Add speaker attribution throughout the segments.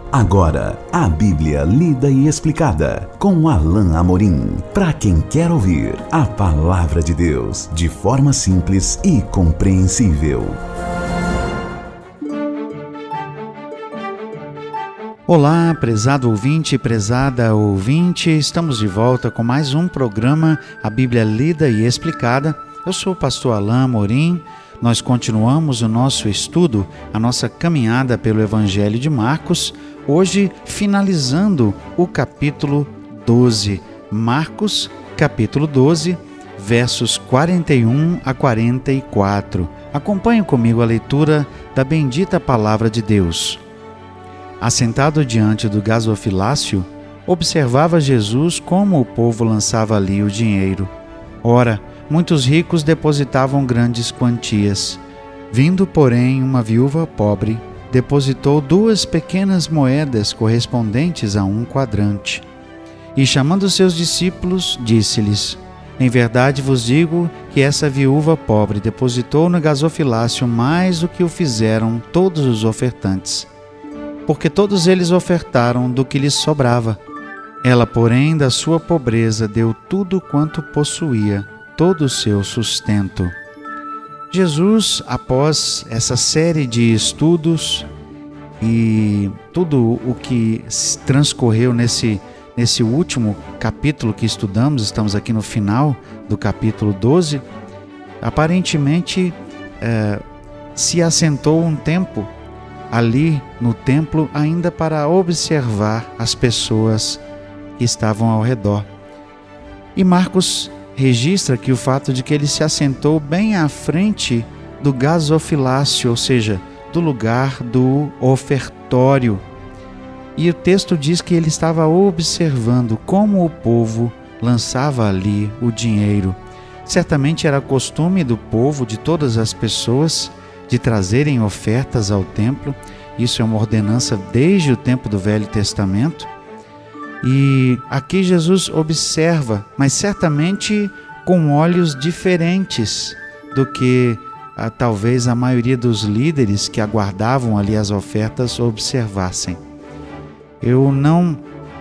Speaker 1: Agora, a Bíblia lida e explicada com Alain Amorim. Para quem quer ouvir a Palavra de Deus de forma simples e compreensível.
Speaker 2: Olá, prezado ouvinte e prezada ouvinte. Estamos de volta com mais um programa, a Bíblia lida e explicada. Eu sou o pastor Alain Amorim. Nós continuamos o nosso estudo, a nossa caminhada pelo Evangelho de Marcos, hoje finalizando o capítulo 12. Marcos, capítulo 12, versos 41 a 44. Acompanhe comigo a leitura da bendita Palavra de Deus. Assentado diante do gasofilácio, observava Jesus como o povo lançava ali o dinheiro. Ora, muitos ricos depositavam grandes quantias. Vindo, porém, uma viúva pobre, depositou 2 pequenas moedas correspondentes a 1 quadrante. E, chamando seus discípulos, disse-lhes: Em verdade vos digo que essa viúva pobre depositou no gasofilácio mais do que o fizeram todos os ofertantes, porque todos eles ofertaram do que lhes sobrava. Ela, porém, da sua pobreza deu tudo quanto possuía, todo o seu sustento. Jesus, após essa série de estudos e tudo o que transcorreu nesse último capítulo que estudamos, estamos aqui no final do capítulo 12, aparentemente se assentou um tempo ali no templo ainda para observar as pessoas que estavam ao redor. E Marcos registra aqui o fato de que ele se assentou bem à frente do gasofilácio, ou seja, do lugar do ofertório. E o texto diz que ele estava observando como o povo lançava ali o dinheiro. Certamente era costume do povo, de todas as pessoas, de trazerem ofertas ao templo. Isso é uma ordenança desde o tempo do Velho Testamento. E aqui Jesus observa, mas certamente com olhos diferentes do que talvez a maioria dos líderes que aguardavam ali as ofertas observassem. Eu não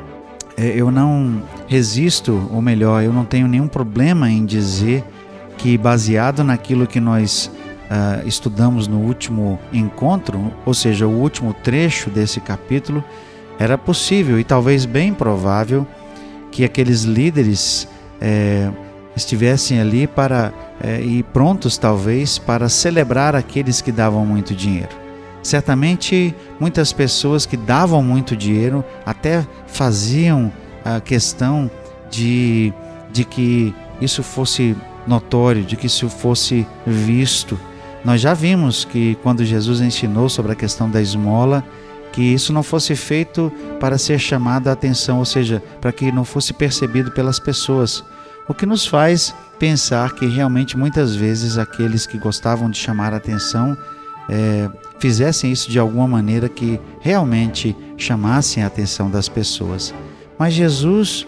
Speaker 2: resisto, ou melhor, eu não tenho nenhum problema em dizer que, baseado naquilo que nós estudamos no último encontro, ou seja, o último trecho desse capítulo, era possível e talvez bem provável que aqueles líderes estivessem ali e prontos talvez para celebrar aqueles que davam muito dinheiro. Certamente muitas pessoas que davam muito dinheiro até faziam a questão de que isso fosse notório, de que isso fosse visto. Nós já vimos que quando Jesus ensinou sobre a questão da esmola, que isso não fosse feito para ser chamado a atenção, ou seja, para que não fosse percebido pelas pessoas. O que nos faz pensar que realmente muitas vezes aqueles que gostavam de chamar a atenção fizessem isso de alguma maneira que realmente chamassem a atenção das pessoas. Mas Jesus,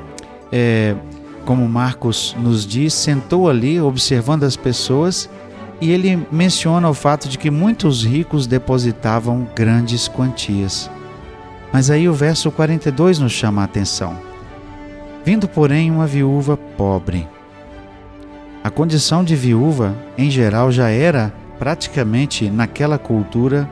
Speaker 2: como Marcos nos diz, sentou ali observando as pessoas. E ele menciona o fato de que muitos ricos depositavam grandes quantias. Mas aí o verso 42 nos chama a atenção. Vindo, porém, uma viúva pobre. A condição de viúva, em geral, já era praticamente, naquela cultura,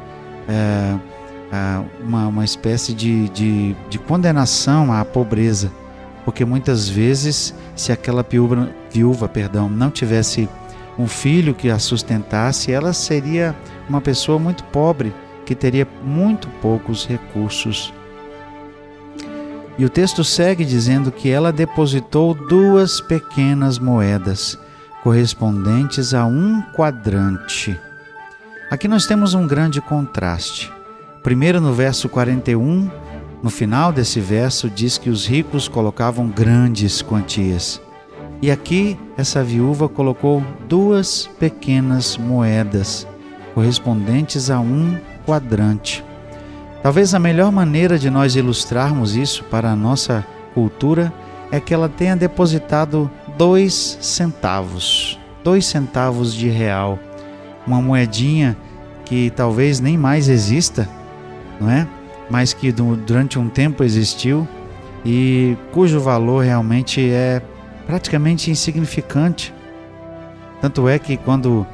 Speaker 2: uma espécie de condenação à pobreza. Porque muitas vezes, se aquela viúva não tivesse um filho que a sustentasse, ela seria uma pessoa muito pobre, que teria muito poucos recursos. E o texto segue dizendo que ela depositou 2 pequenas moedas, correspondentes a 1 quadrante. Aqui nós temos um grande contraste. Primeiro, no verso 41, no final desse verso, diz que os ricos colocavam grandes quantias. E aqui, essa viúva colocou 2 pequenas moedas, correspondentes a 1 quadrante. Talvez a melhor maneira de nós ilustrarmos isso para a nossa cultura é que ela tenha depositado 2 centavos, 2 centavos de real, uma moedinha que talvez nem mais exista, não é? mas que durante um tempo existiu e cujo valor realmente é praticamente insignificante. Tanto é que quando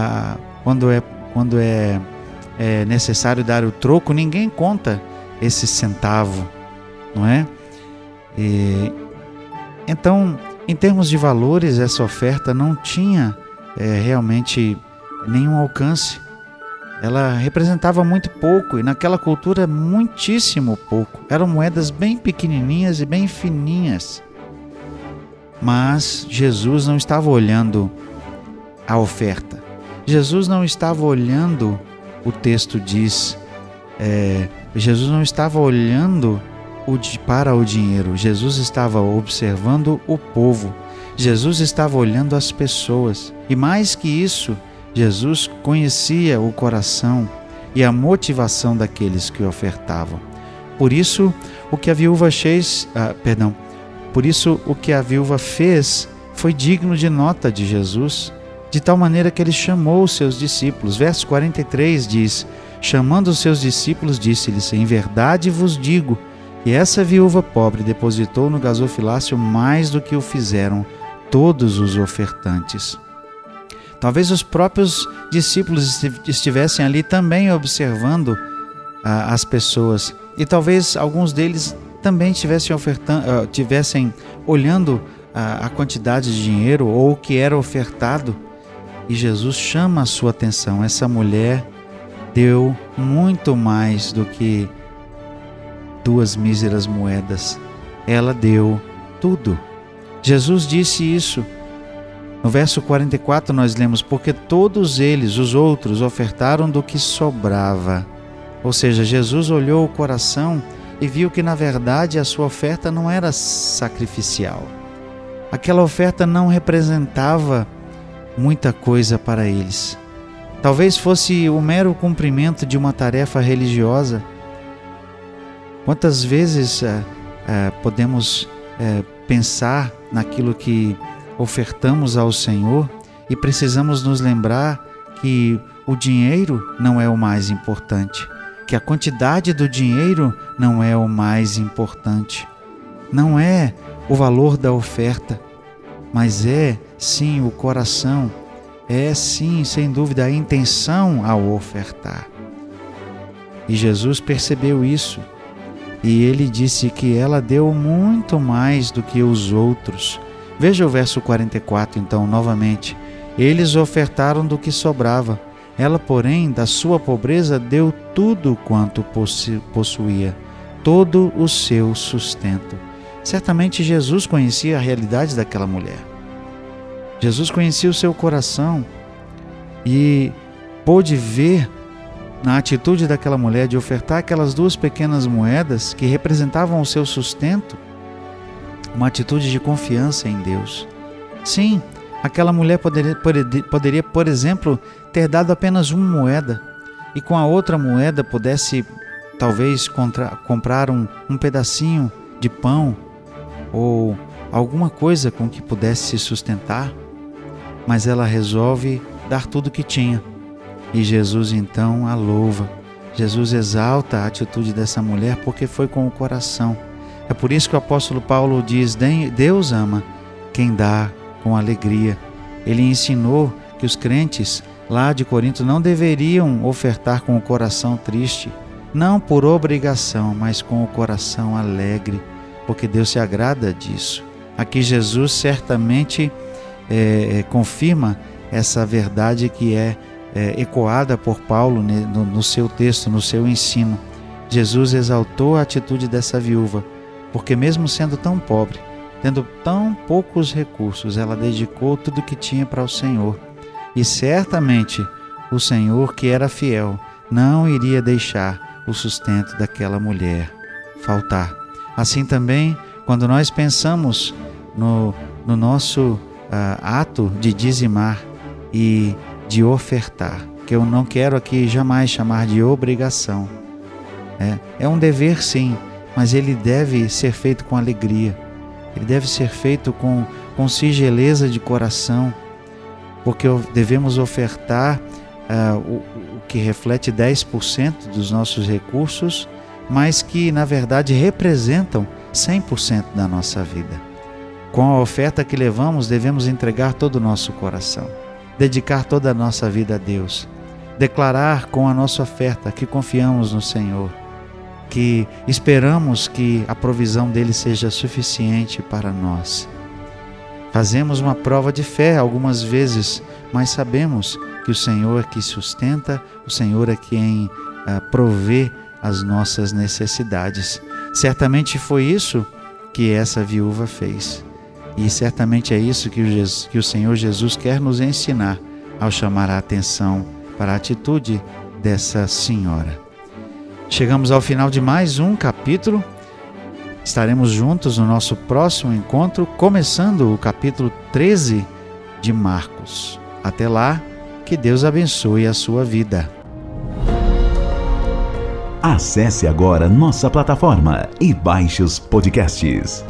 Speaker 2: é necessário dar o troco, ninguém conta esse centavo, não é? Então, em termos de valores, essa oferta não tinha realmente nenhum alcance. Ela representava muito pouco, e naquela cultura muitíssimo pouco. Eram moedas bem pequenininhas e bem fininhas. Mas Jesus não estava olhando a oferta. Jesus não estava olhando, o texto diz, Jesus não estava olhando para o dinheiro. Jesus estava observando o povo. Jesus estava olhando as pessoas. E mais que isso, Jesus conhecia o coração e a motivação daqueles que ofertavam. Por isso, o que a viúva fez foi digno de nota de Jesus, de tal maneira que ele chamou os seus discípulos. Verso 43 diz: chamando os seus discípulos, disse-lhes: em verdade vos digo que essa viúva pobre depositou no gasofilácio mais do que o fizeram todos os ofertantes. Talvez os próprios discípulos estivessem ali também observando as pessoas, e talvez alguns deles também estivessem olhando a quantidade de dinheiro ou o que era ofertado, e Jesus chama a sua atenção. Essa mulher deu muito mais do que 2 míseras moedas. Ela deu tudo. Jesus disse isso. No verso 44 nós lemos: porque todos eles, os outros, ofertaram do que sobrava. Ou seja, Jesus olhou o coração e viu que na verdade a sua oferta não era sacrificial. Aquela oferta não representava muita coisa para eles. Talvez fosse o mero cumprimento de uma tarefa religiosa. Quantas vezes podemos pensar naquilo que ofertamos ao Senhor e precisamos nos lembrar que o dinheiro não é o mais importante, que a quantidade do dinheiro não é o mais importante, não é o valor da oferta, mas é sim o coração, é sim, sem dúvida, a intenção ao ofertar. E Jesus percebeu isso, e ele disse que ela deu muito mais do que os outros. Veja o verso 44 então, novamente. Eles ofertaram do que sobrava. Ela, porém, da sua pobreza deu tudo quanto possuía, todo o seu sustento. Certamente Jesus conhecia a realidade daquela mulher. Jesus conhecia o seu coração e pôde ver na atitude daquela mulher de ofertar aquelas 2 pequenas moedas que representavam o seu sustento, uma atitude de confiança em Deus. Sim, aquela mulher poderia, por exemplo, ter dado apenas 1 moeda e com a outra moeda pudesse talvez comprar um pedacinho de pão ou alguma coisa com que pudesse se sustentar, mas ela resolve dar tudo o que tinha. E Jesus então a louva. Jesus exalta a atitude dessa mulher porque foi com o coração. É por isso que o apóstolo Paulo diz: Deus ama quem dá com alegria. Ele ensinou que os crentes lá de Corinto não deveriam ofertar com o coração triste, não por obrigação, mas com o coração alegre, porque Deus se agrada disso. Aqui Jesus certamente confirma essa verdade que é ecoada por Paulo no seu texto, no seu ensino. Jesus exaltou a atitude dessa viúva, porque mesmo sendo tão pobre, tendo tão poucos recursos, ela dedicou tudo o que tinha para o Senhor. E certamente o Senhor, que era fiel, não iria deixar o sustento daquela mulher faltar. Assim também, quando nós pensamos no nosso ato de dizimar e de ofertar, que eu não quero aqui jamais chamar de obrigação, é um dever sim, mas ele deve ser feito com alegria, ele deve ser feito com singeleza de coração, porque devemos ofertar o que reflete 10% dos nossos recursos mas que na verdade representam 100% da nossa vida. Com a oferta que levamos, devemos entregar todo o nosso coração, dedicar toda a nossa vida a Deus, declarar com a nossa oferta que confiamos no Senhor, que esperamos que a provisão dele seja suficiente para nós. Fazemos uma prova de fé algumas vezes, mas sabemos que o Senhor é que sustenta, o Senhor é quem provê as nossas necessidades. Certamente foi isso que essa viúva fez. E certamente é isso que o Senhor Jesus quer nos ensinar ao chamar a atenção para a atitude dessa senhora. Chegamos ao final de mais um capítulo. Estaremos juntos no nosso próximo encontro, começando o capítulo 13 de Marcos. Até lá, que Deus abençoe a sua vida.
Speaker 1: Acesse agora nossa plataforma e baixe os podcasts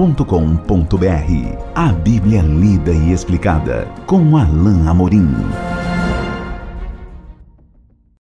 Speaker 1: www.rede316.com.br. A Bíblia lida e explicada com Alain Amorim.